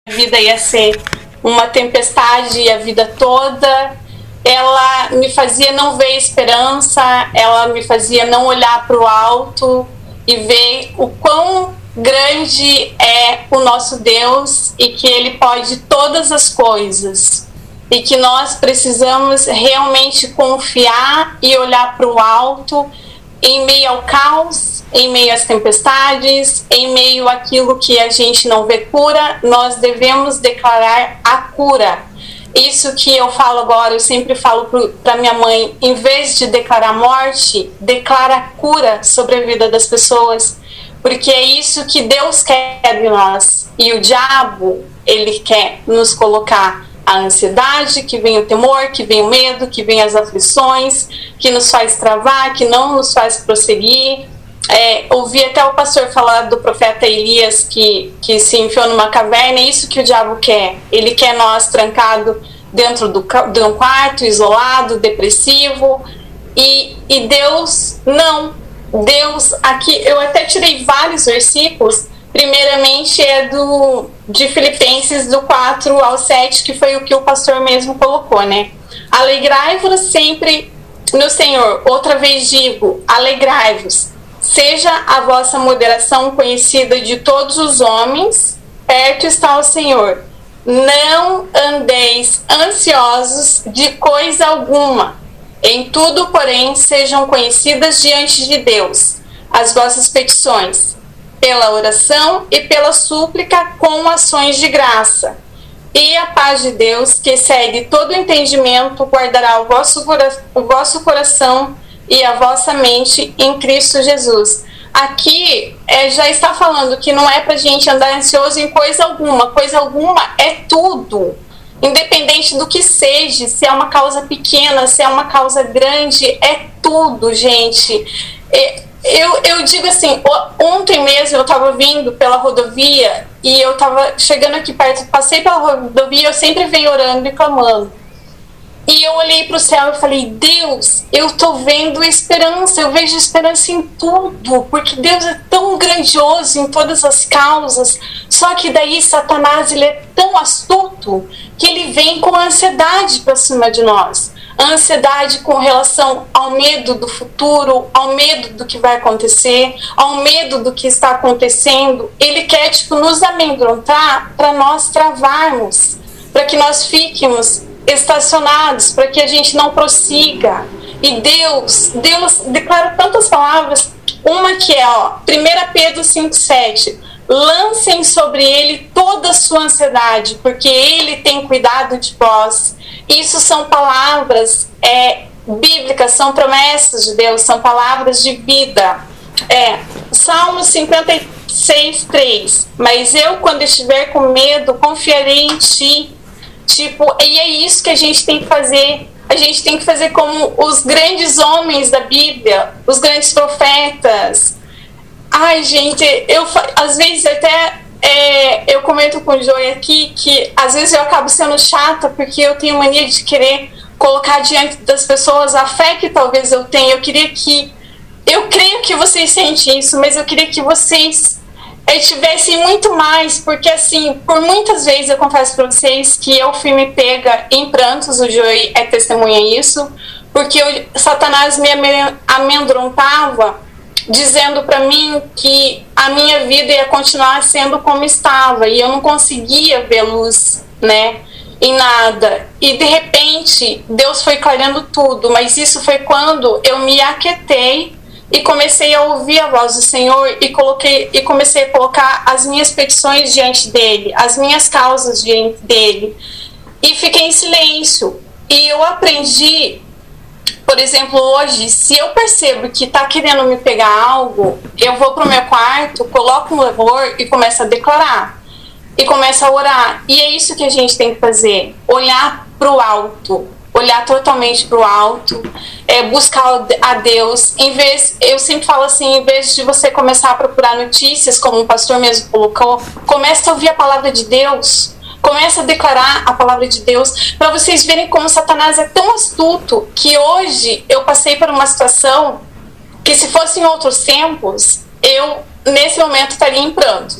vida ia ser uma tempestade a vida toda. Ela me fazia não ver esperança, ela me fazia não olhar para o alto e ver o quão grande é o nosso Deus e que Ele pode todas as coisas. E que nós precisamos realmente confiar e olhar para o alto em meio ao caos, em meio às tempestades, em meio àquilo que a gente não vê cura, nós devemos declarar a cura. Isso que eu falo agora, eu sempre falo para minha mãe, em vez de declarar morte, declara cura sobre a vida das pessoas, porque é isso que Deus quer de nós. E o diabo, ele quer nos colocar a ansiedade, que vem o temor, que vem o medo, que vem as aflições, que nos faz travar, que não nos faz prosseguir. Ouvi até o pastor falar do profeta Elias que se enfiou numa caverna. É isso que o diabo quer. Ele quer nós trancados dentro de um quarto, isolado, depressivo. E Deus não. Deus, aqui eu até tirei vários versículos. Primeiramente de Filipenses do 4 ao 7, que foi o que o pastor mesmo colocou, né? Alegrai-vos sempre no Senhor. Outra vez digo, alegrai-vos. Seja a vossa moderação conhecida de todos os homens, perto está o Senhor. Não andeis ansiosos de coisa alguma. Em tudo, porém, sejam conhecidas diante de Deus as vossas petições, pela oração e pela súplica com ações de graça. E a paz de Deus, que excede todo entendimento, guardará o vosso coração e a vossa mente em Cristo Jesus. Aqui já está falando que não é para a gente andar ansioso em coisa alguma. Coisa alguma é tudo. Independente do que seja, se é uma causa pequena, se é uma causa grande, é tudo, gente. Eu digo assim, ontem mesmo eu estava vindo pela rodovia e eu estava chegando aqui perto, passei pela rodovia, eu sempre venho orando e clamando. E eu olhei para o céu e falei, Deus, eu estou vendo esperança, eu vejo esperança em tudo, porque Deus é tão grandioso em todas as causas, só que daí Satanás, ele é tão astuto que ele vem com a ansiedade para cima de nós. A ansiedade com relação ao medo do futuro, ao medo do que vai acontecer, ao medo do que está acontecendo. Ele quer, nos amedrontar para nós travarmos, para que nós fiquemos estacionados, para que a gente não prossiga. E Deus declara tantas palavras, uma que é 1 Pedro 5,7, lancem sobre ele toda a sua ansiedade, porque ele tem cuidado de vós. Isso são palavras bíblicas, são promessas de Deus, são palavras de vida. Salmo 56,3, mas eu, quando estiver com medo, confiarei em ti. E é isso que a gente tem que fazer. A gente tem que fazer como os grandes homens da Bíblia, os grandes profetas. Ai, gente, às vezes até eu comento com o Joey aqui que às vezes eu acabo sendo chata porque eu tenho mania de querer colocar diante das pessoas a fé que talvez eu tenha. Eu creio que vocês sentem isso, mas eu queria que vocês tivessem muito mais, porque assim, por muitas vezes eu confesso para vocês que eu fui me pega em prantos, o Joey é testemunha isso, porque Satanás me amedrontava, dizendo para mim que a minha vida ia continuar sendo como estava, e eu não conseguia ver luz, né, em nada. E de repente, Deus foi clareando tudo, mas isso foi quando eu me aquietei e comecei a ouvir a voz do Senhor e comecei a colocar as minhas petições diante dele, as minhas causas diante dele, e fiquei em silêncio. E eu aprendi, por exemplo, hoje, se eu percebo que está querendo me pegar algo, eu vou para o meu quarto, coloco um louvor e começo a declarar. E começo a orar. E é isso que a gente tem que fazer. Olhar para o alto. Olhar totalmente para o alto. Buscar a Deus. Eu sempre falo assim, em vez de você começar a procurar notícias, como o pastor mesmo colocou, comece a ouvir a palavra de Deus. Comece a declarar a palavra de Deus, para vocês verem como Satanás é tão astuto, que hoje eu passei por uma situação que, se fosse em outros tempos, eu nesse momento estaria em prantos.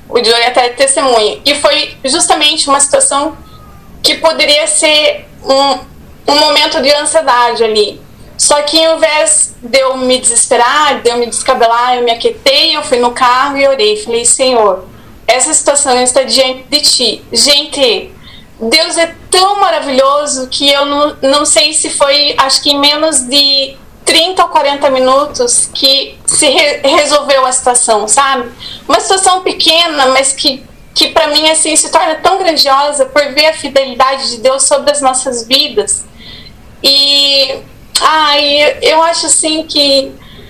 O Joey até testemunha. E foi justamente uma situação que poderia ser um momento de ansiedade ali. Só que ao invés de eu me desesperar, de eu me descabelar, eu me aquietei, eu fui no carro e orei. Falei, Senhor, essa situação está diante de Ti. Gente, Deus é tão maravilhoso que eu não sei se foi, acho que em menos de 30 ou 40 minutos que se resolveu a situação, sabe? Uma situação pequena, mas que para mim assim se torna tão grandiosa por ver a fidelidade de Deus sobre as nossas vidas. E eu acho assim que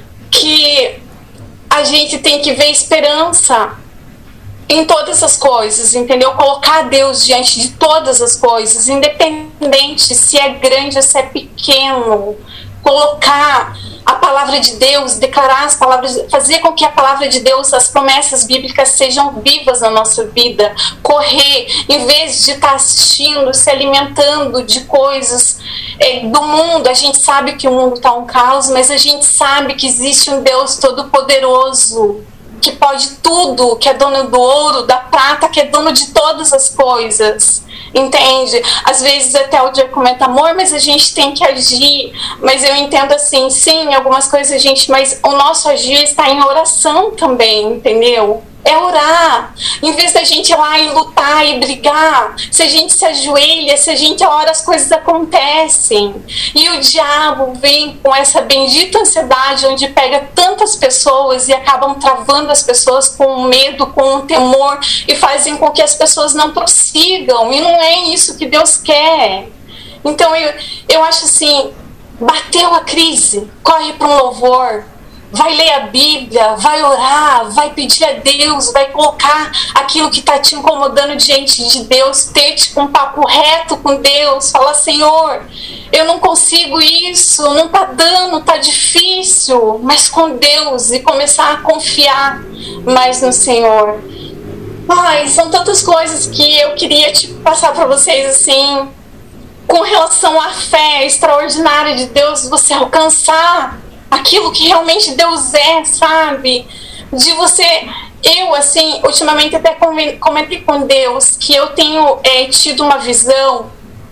a gente tem que ver esperança em todas as coisas, entendeu? Colocar Deus diante de todas as coisas, independente se é grande ou se é pequeno. Colocar a palavra de Deus, declarar as palavras, fazer com que a palavra de Deus, as promessas bíblicas sejam vivas na nossa vida. Correr, em vez de estar assistindo, se alimentando de coisas do mundo. A gente sabe que o mundo está um caos, mas a gente sabe que existe um Deus todo-poderoso, que pode tudo, que é dono do ouro, da prata, que é dono de todas as coisas, entende? Às vezes até o dia comenta, amor, mas a gente tem que agir. Mas eu entendo assim, sim, algumas coisas mas o nosso agir está em oração também, entendeu? É orar. Em vez da gente ir lá e lutar e brigar, se a gente se ajoelha, se a gente ora, as coisas acontecem. E o diabo vem com essa bendita ansiedade, onde pega tantas pessoas e acabam travando as pessoas com medo, com um temor, e fazem com que as pessoas não prossigam. E não é isso que Deus quer. Então eu acho assim, bateu a crise, corre para um louvor, vai ler a Bíblia, vai orar, vai pedir a Deus, vai colocar aquilo que está te incomodando diante de Deus, ter tipo um papo reto com Deus, falar, Senhor, eu não consigo isso, não está dando, está difícil, mas com Deus, e começar a confiar mais no Senhor. São tantas coisas que eu queria passar para vocês assim, com relação à fé extraordinária de Deus, você alcançar aquilo que realmente Deus é, sabe? De você... Eu, assim, ultimamente até comentei com Deus que eu tenho tido uma visão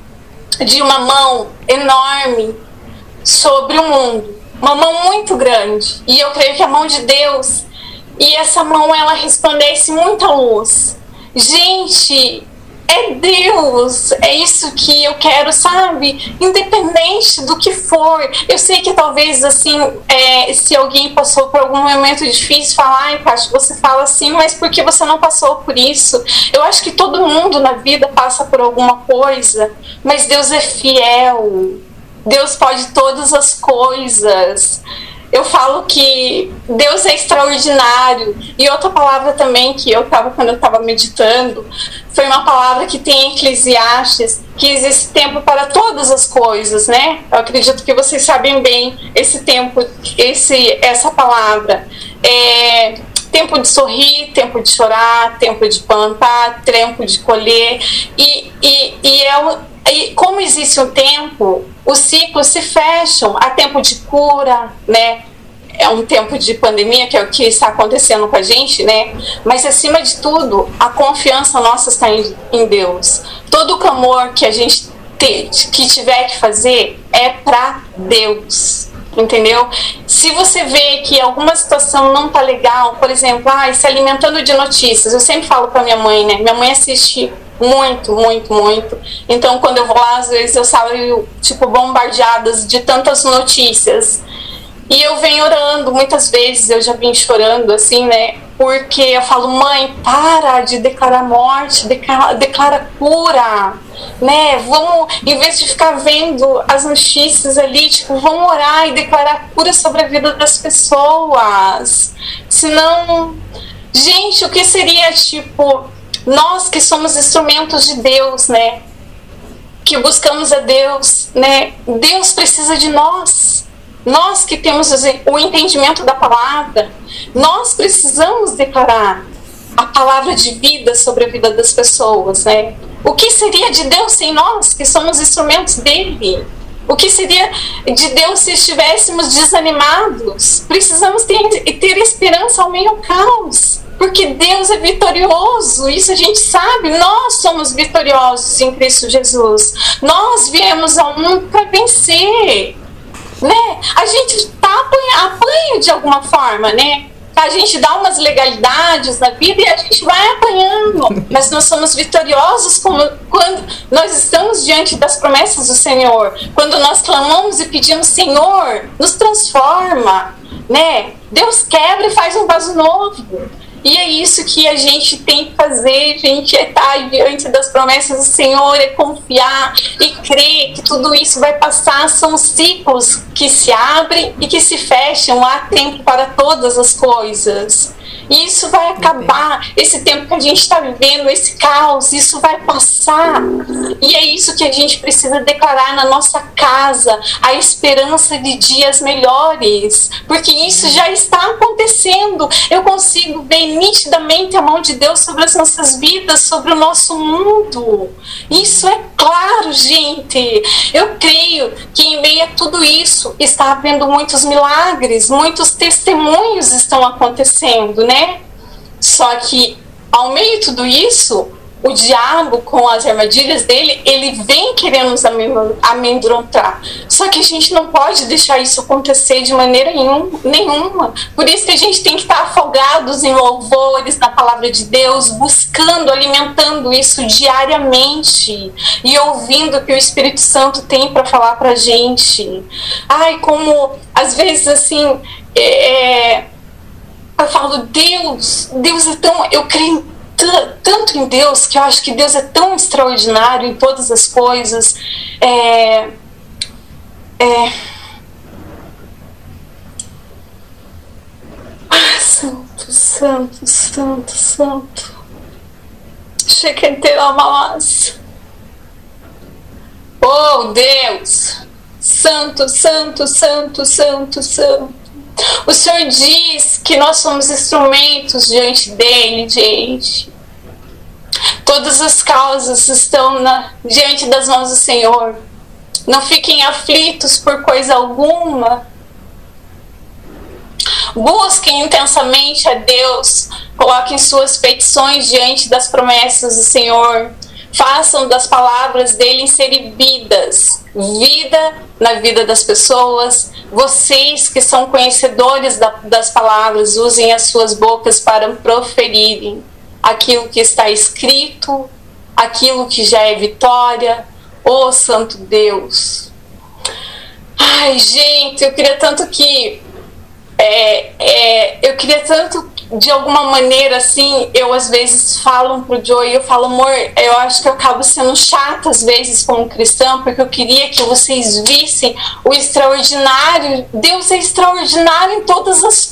de uma mão enorme sobre o mundo. Uma mão muito grande. E eu creio que a mão de Deus, e essa mão, ela resplandece muita luz. Gente... é Deus, é isso que eu quero, sabe? Independente do que for. Eu sei que talvez, assim, se alguém passou por algum momento difícil, falar, Kátia, você fala assim, mas por que você não passou por isso? Eu acho que todo mundo na vida passa por alguma coisa, mas Deus é fiel. Deus pode todas as coisas. Eu falo que Deus é extraordinário. E outra palavra também que quando eu estava meditando, foi uma palavra que tem em Eclesiastes, que existe tempo para todas as coisas, né? Eu acredito que vocês sabem bem esse tempo, essa palavra. Tempo de sorrir, tempo de chorar, tempo de plantar, tempo de colher. E como existe um tempo, os ciclos se fecham. Há tempo de cura, né? É um tempo de pandemia, que é o que está acontecendo com a gente, né? Mas, acima de tudo, a confiança nossa está em Deus. Todo o clamor que a gente tiver que fazer é para Deus, entendeu? Se você vê que alguma situação não tá legal, por exemplo, se alimentando de notícias, eu sempre falo para minha mãe, né? Minha mãe assiste muito, muito, muito. Então, quando eu vou lá, às vezes eu saio, bombardeadas de tantas notícias. E eu venho orando, muitas vezes eu já vim chorando, assim, né? Porque eu falo, mãe, para de declarar morte, declara cura, né? Vamos, em vez de ficar vendo as notícias ali, vamos orar e declarar cura sobre a vida das pessoas. Senão, gente, o que seria, nós que somos instrumentos de Deus, né? Que buscamos a Deus, né? Deus precisa de nós. Nós que temos o entendimento da palavra, nós precisamos declarar a palavra de vida sobre a vida das pessoas, né? O que seria de Deus sem nós, que somos instrumentos dele? O que seria de Deus se estivéssemos desanimados? Precisamos ter esperança ao meio do caos, porque Deus é vitorioso, isso a gente sabe, nós somos vitoriosos em Cristo Jesus, nós viemos ao mundo para vencer, né? A gente apanha de alguma forma, né? A gente dá umas legalidades na vida e a gente vai apanhando, mas nós somos vitoriosos quando nós estamos diante das promessas do Senhor, quando nós clamamos e pedimos: Senhor, nos transforma, né? Deus quebra e faz um vaso novo. E é isso que a gente tem que fazer, gente, é estar diante das promessas do Senhor, é confiar e crer que tudo isso vai passar. São ciclos que se abrem e que se fecham, há tempo para todas as coisas. E isso vai acabar, esse tempo que a gente está vivendo, esse caos, isso vai passar. E é isso que a gente precisa declarar na nossa casa, a esperança de dias melhores, porque isso já está acontecendo. Eu consigo ver nitidamente a mão de Deus sobre as nossas vidas, sobre o nosso mundo. Isso é claro, gente. Eu creio que em meio a tudo isso está havendo muitos milagres, muitos testemunhos estão acontecendo, né? Só que ao meio de tudo isso, o diabo, com as armadilhas dele, ele vem querendo nos amedrontar. Só que a gente não pode deixar isso acontecer de maneira nenhuma. Por isso que a gente tem que estar afogados em louvores, na palavra de Deus, buscando, alimentando isso diariamente e ouvindo o que o Espírito Santo tem para falar pra gente. Ai, como às vezes assim, eu falo: Deus é tão... Eu creio tanto em Deus, que eu acho que Deus é tão extraordinário em todas as coisas. Santo. Chequeteira malas. Oh, Deus! Santo. O Senhor diz que nós somos instrumentos diante dele, gente. Todas as causas estão diante das mãos do Senhor. Não fiquem aflitos por coisa alguma. Busquem intensamente a Deus. Coloquem suas petições diante das promessas do Senhor. Façam das palavras dele serem vida na vida das pessoas. Vocês que são conhecedores das palavras, usem as suas bocas para proferirem aquilo que está escrito, aquilo que já é vitória. Ô Santo Deus! Ai, gente, eu queria tanto que... de alguma maneira, assim, eu às vezes falo pro Joey, eu falo: amor, eu acho que eu acabo sendo chata às vezes como cristã, porque eu queria que vocês vissem o extraordinário. Deus é extraordinário em todas as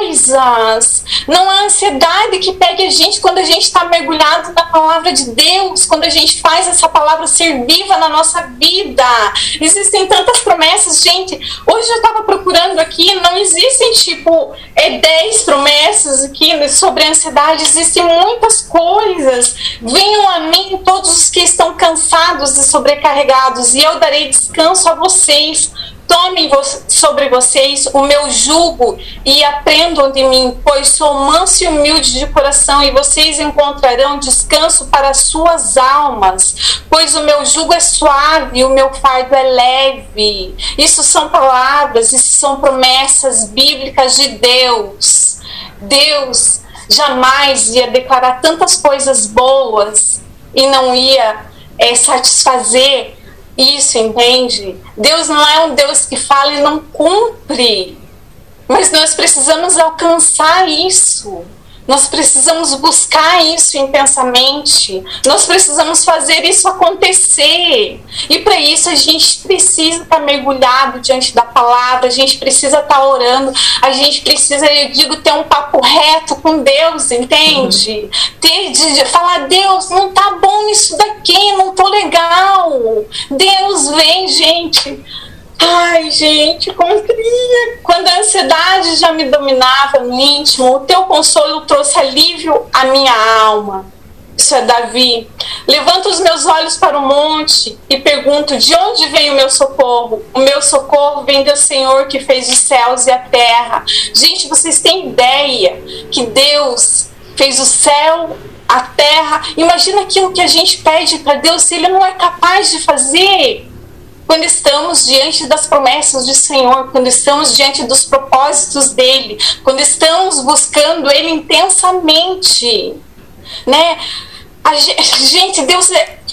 coisas. Não há ansiedade que pegue a gente quando a gente está mergulhado na palavra de Deus, quando a gente faz essa palavra ser viva na nossa vida. Existem tantas promessas, gente. Hoje eu estava procurando aqui, não existem tipo 10 promessas aqui sobre a ansiedade, existem muitas coisas. Venham a mim todos os que estão cansados e sobrecarregados, e eu darei descanso a vocês. Tomem sobre vocês o meu jugo e aprendam de mim, pois sou manso e humilde de coração, e vocês encontrarão descanso para as suas almas, pois o meu jugo é suave e o meu fardo é leve. Isso são palavras, isso são promessas bíblicas de Deus. Deus jamais ia declarar tantas coisas boas e não ia satisfazer isso, entende? Deus não é um Deus que fala e não cumpre, mas nós precisamos alcançar isso. Nós precisamos buscar isso intensamente. Nós precisamos fazer isso acontecer. E para isso a gente precisa estar mergulhado diante da palavra. A gente precisa estar orando. A gente precisa, eu digo, ter um papo reto com Deus, entende? Falar: Deus, não tá bom isso daqui, não tô legal. Deus, vem, gente. Ai, gente, como eu queria. Quando a ansiedade já me dominava no íntimo, o teu consolo trouxe alívio à minha alma. Isso é Davi. Levanto os meus olhos para o monte e pergunto: de onde vem o meu socorro? O meu socorro vem do Senhor que fez os céus e a terra. Gente, vocês têm ideia que Deus, fez o céu, a terra. Imagina aquilo que a gente pede para Deus, se Ele não é capaz de fazer. Quando estamos diante das promessas do Senhor, quando estamos diante dos propósitos dEle, quando estamos buscando Ele intensamente, né? Gente, Deus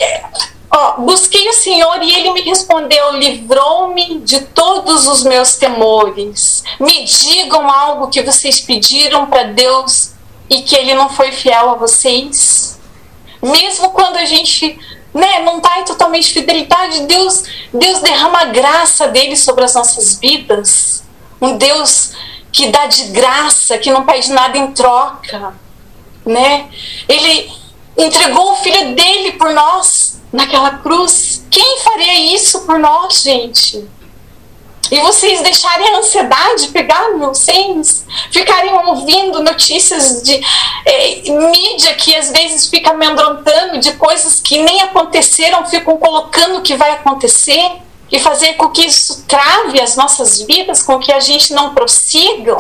busquei o Senhor e Ele me respondeu, livrou-me de todos os meus temores. Me digam algo que vocês pediram para Deus e que Ele não foi fiel a vocês. Mesmo quando a gente, né, não está em totalmente fidelidade, Deus derrama a graça dele sobre as nossas vidas. Um Deus que dá de graça, que não pede nada em troca, né? Ele entregou o filho dele por nós naquela cruz. Quem faria isso por nós, gente? E vocês deixarem a ansiedade pegar vocês, ficarem ouvindo notícias de mídia que às vezes fica amedrontando de coisas que nem aconteceram, ficam colocando o que vai acontecer e fazer com que isso trave as nossas vidas, com que a gente não prossiga.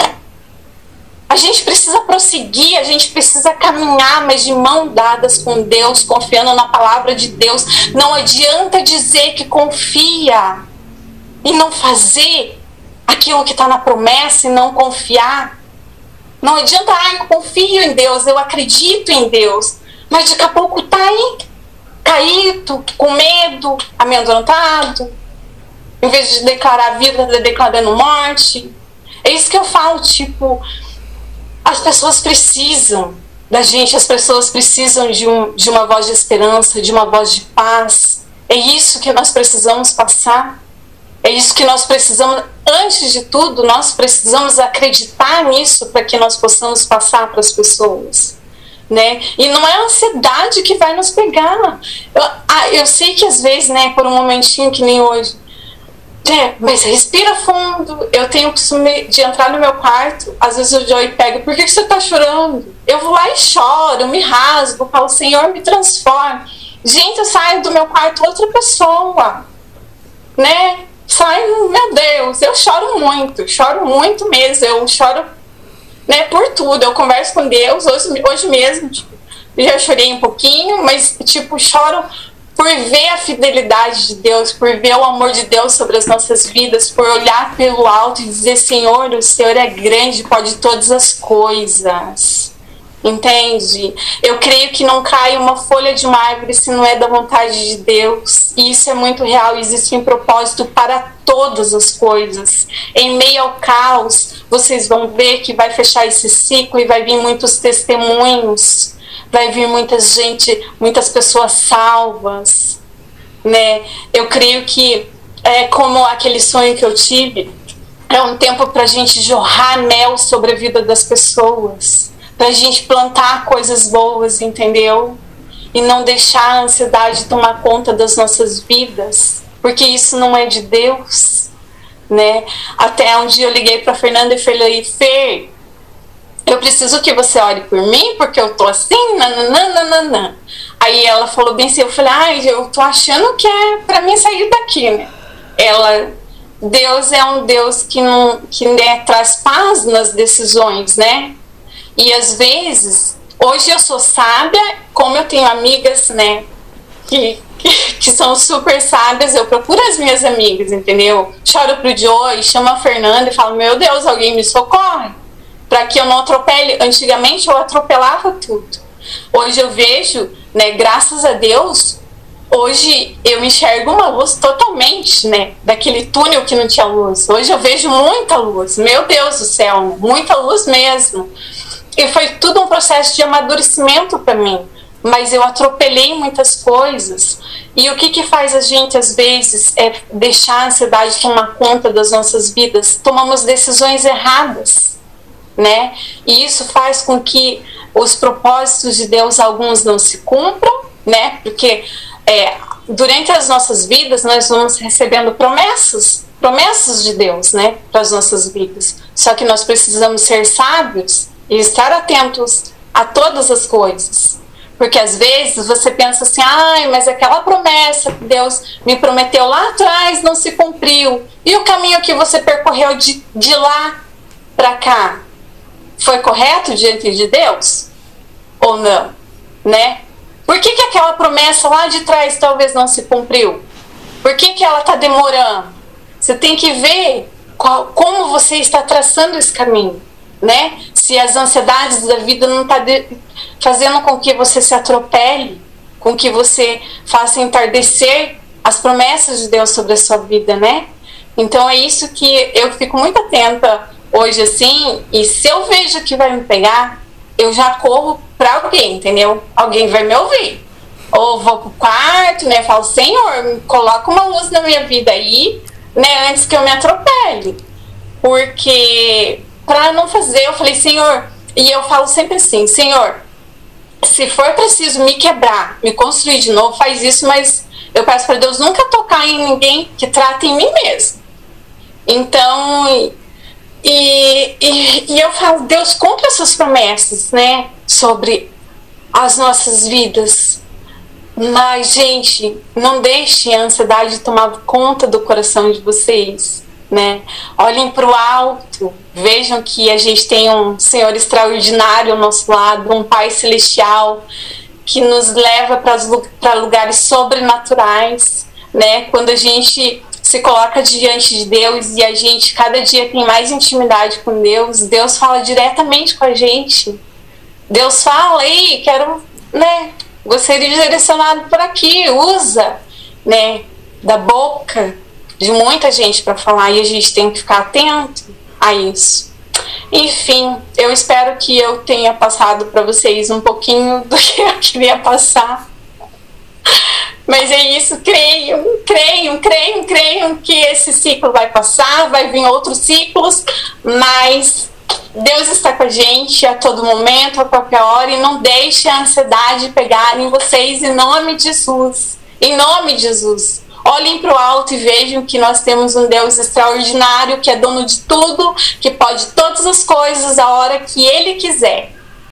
A gente precisa prosseguir, a gente precisa caminhar, mas de mão dadas com Deus, confiando na palavra de Deus. Não adianta dizer que confia e não fazer aquilo que está na promessa e não confiar. Não adianta, eu confio em Deus, eu acredito em Deus, mas daqui a pouco está aí, caído, com medo, amedrontado. Em vez de declarar vida, está declarando morte. É isso que eu falo, tipo, as pessoas precisam da gente, as pessoas precisam de uma voz de esperança, de uma voz de paz. É isso que nós precisamos passar. É isso que nós precisamos, antes de tudo, nós precisamos acreditar nisso para que nós possamos passar para as pessoas, né? E não é a ansiedade que vai nos pegar. Eu sei que às vezes, né, por um momentinho que nem hoje, mas respira fundo. Eu tenho o costume de entrar no meu quarto, às vezes o Joey pega, por que você está chorando? Eu vou lá e choro, me rasgo, falo, Senhor, me transforma. Gente, eu saio do meu quarto outra pessoa, né? Saio, meu Deus, eu choro muito mesmo, eu choro, né, por tudo. Eu converso com Deus, hoje mesmo, tipo, já chorei um pouquinho, mas tipo, choro por ver a fidelidade de Deus, por ver o amor de Deus sobre as nossas vidas, por olhar pelo alto e dizer, Senhor, o Senhor é grande, pode todas as coisas. Entende? Eu creio que não cai uma folha de uma árvore se não é da vontade de Deus. E isso é muito real. Existe um propósito para todas as coisas. Em meio ao caos, vocês vão ver que vai fechar esse ciclo e vai vir muitos testemunhos. Vai vir muitas pessoas salvas, né? Eu creio que é como aquele sonho que eu tive. É um tempo para a gente jorrar mel sobre a vida das pessoas. Pra gente plantar coisas boas, entendeu? E não deixar a ansiedade tomar conta das nossas vidas, porque isso não é de Deus, né? Até um dia eu liguei pra Fernanda e falei, Fê, eu preciso que você ore por mim, porque eu tô assim, nananana. Aí ela falou bem assim, eu falei, eu tô achando que é pra mim sair daqui, né? Deus é um Deus que traz paz nas decisões, né? E às vezes, hoje eu sou sábia, como eu tenho amigas, né, que são super sábias, eu procuro as minhas amigas, entendeu? Choro pro Joey, chamo a Fernanda e falo, meu Deus, alguém me socorre, para que eu não atropele. Antigamente eu atropelava tudo. Hoje eu vejo, né, graças a Deus, hoje eu enxergo uma luz totalmente, né, daquele túnel que não tinha luz. Hoje eu vejo muita luz, meu Deus do céu, muita luz mesmo. E foi tudo um processo de amadurecimento para mim, mas eu atropelei muitas coisas. E o que faz a gente, às vezes, é deixar a ansiedade tomar conta das nossas vidas. Tomamos decisões erradas, né? E isso faz com que os propósitos de Deus, alguns não se cumpram, né? Porque durante as nossas vidas, nós vamos recebendo promessas de Deus, né? Para as nossas vidas. Só que nós precisamos ser sábios e estar atentos a todas as coisas. Porque às vezes você pensa assim, mas aquela promessa que Deus me prometeu lá atrás não se cumpriu. E o caminho que você percorreu de lá para cá foi correto diante de Deus? ou não, né? Por que aquela promessa lá de trás talvez não se cumpriu? Por que ela está demorando? Você tem que ver como você está traçando esse caminho, né? Se as ansiedades da vida não estão fazendo com que você se atropele, com que você faça entardecer as promessas de Deus sobre a sua vida, né? Então é isso que eu fico muito atenta hoje, assim, e se eu vejo que vai me pegar, eu já corro para alguém, entendeu? Alguém vai me ouvir. Ou vou pro quarto, né? Falo, Senhor, coloca uma luz na minha vida aí, né? Antes que eu me atropele. Porque, para não fazer, eu falei, Senhor, e eu falo sempre assim, Senhor, se for preciso me quebrar, me construir de novo, faz isso, mas eu peço para Deus nunca tocar em ninguém que trata em mim mesmo. Então, e eu falo, Deus, cumpre as suas promessas, né? Sobre as nossas vidas. Mas, gente, não deixem a ansiedade tomar conta do coração de vocês, né? Olhem para o alto, vejam que a gente tem um Senhor extraordinário ao nosso lado, um Pai celestial que nos leva para lugares sobrenaturais, né? Quando a gente se coloca diante de Deus e a gente cada dia tem mais intimidade com Deus, Deus fala diretamente com a gente. Deus fala, aí, quero, né? Gostaria de direcionar por aqui, usa, né? Da boca de muita gente para falar e a gente tem que ficar atento a isso. Enfim, eu espero que eu tenha passado para vocês um pouquinho do que eu queria passar. Mas é isso, creiam que esse ciclo vai passar, vai vir outros ciclos, mas Deus está com a gente a todo momento, a qualquer hora, e não deixe a ansiedade pegar em vocês, em nome de Jesus. Em nome de Jesus. Olhem para o alto e vejam que nós temos um Deus extraordinário, que é dono de tudo, que pode todas as coisas a hora que Ele quiser.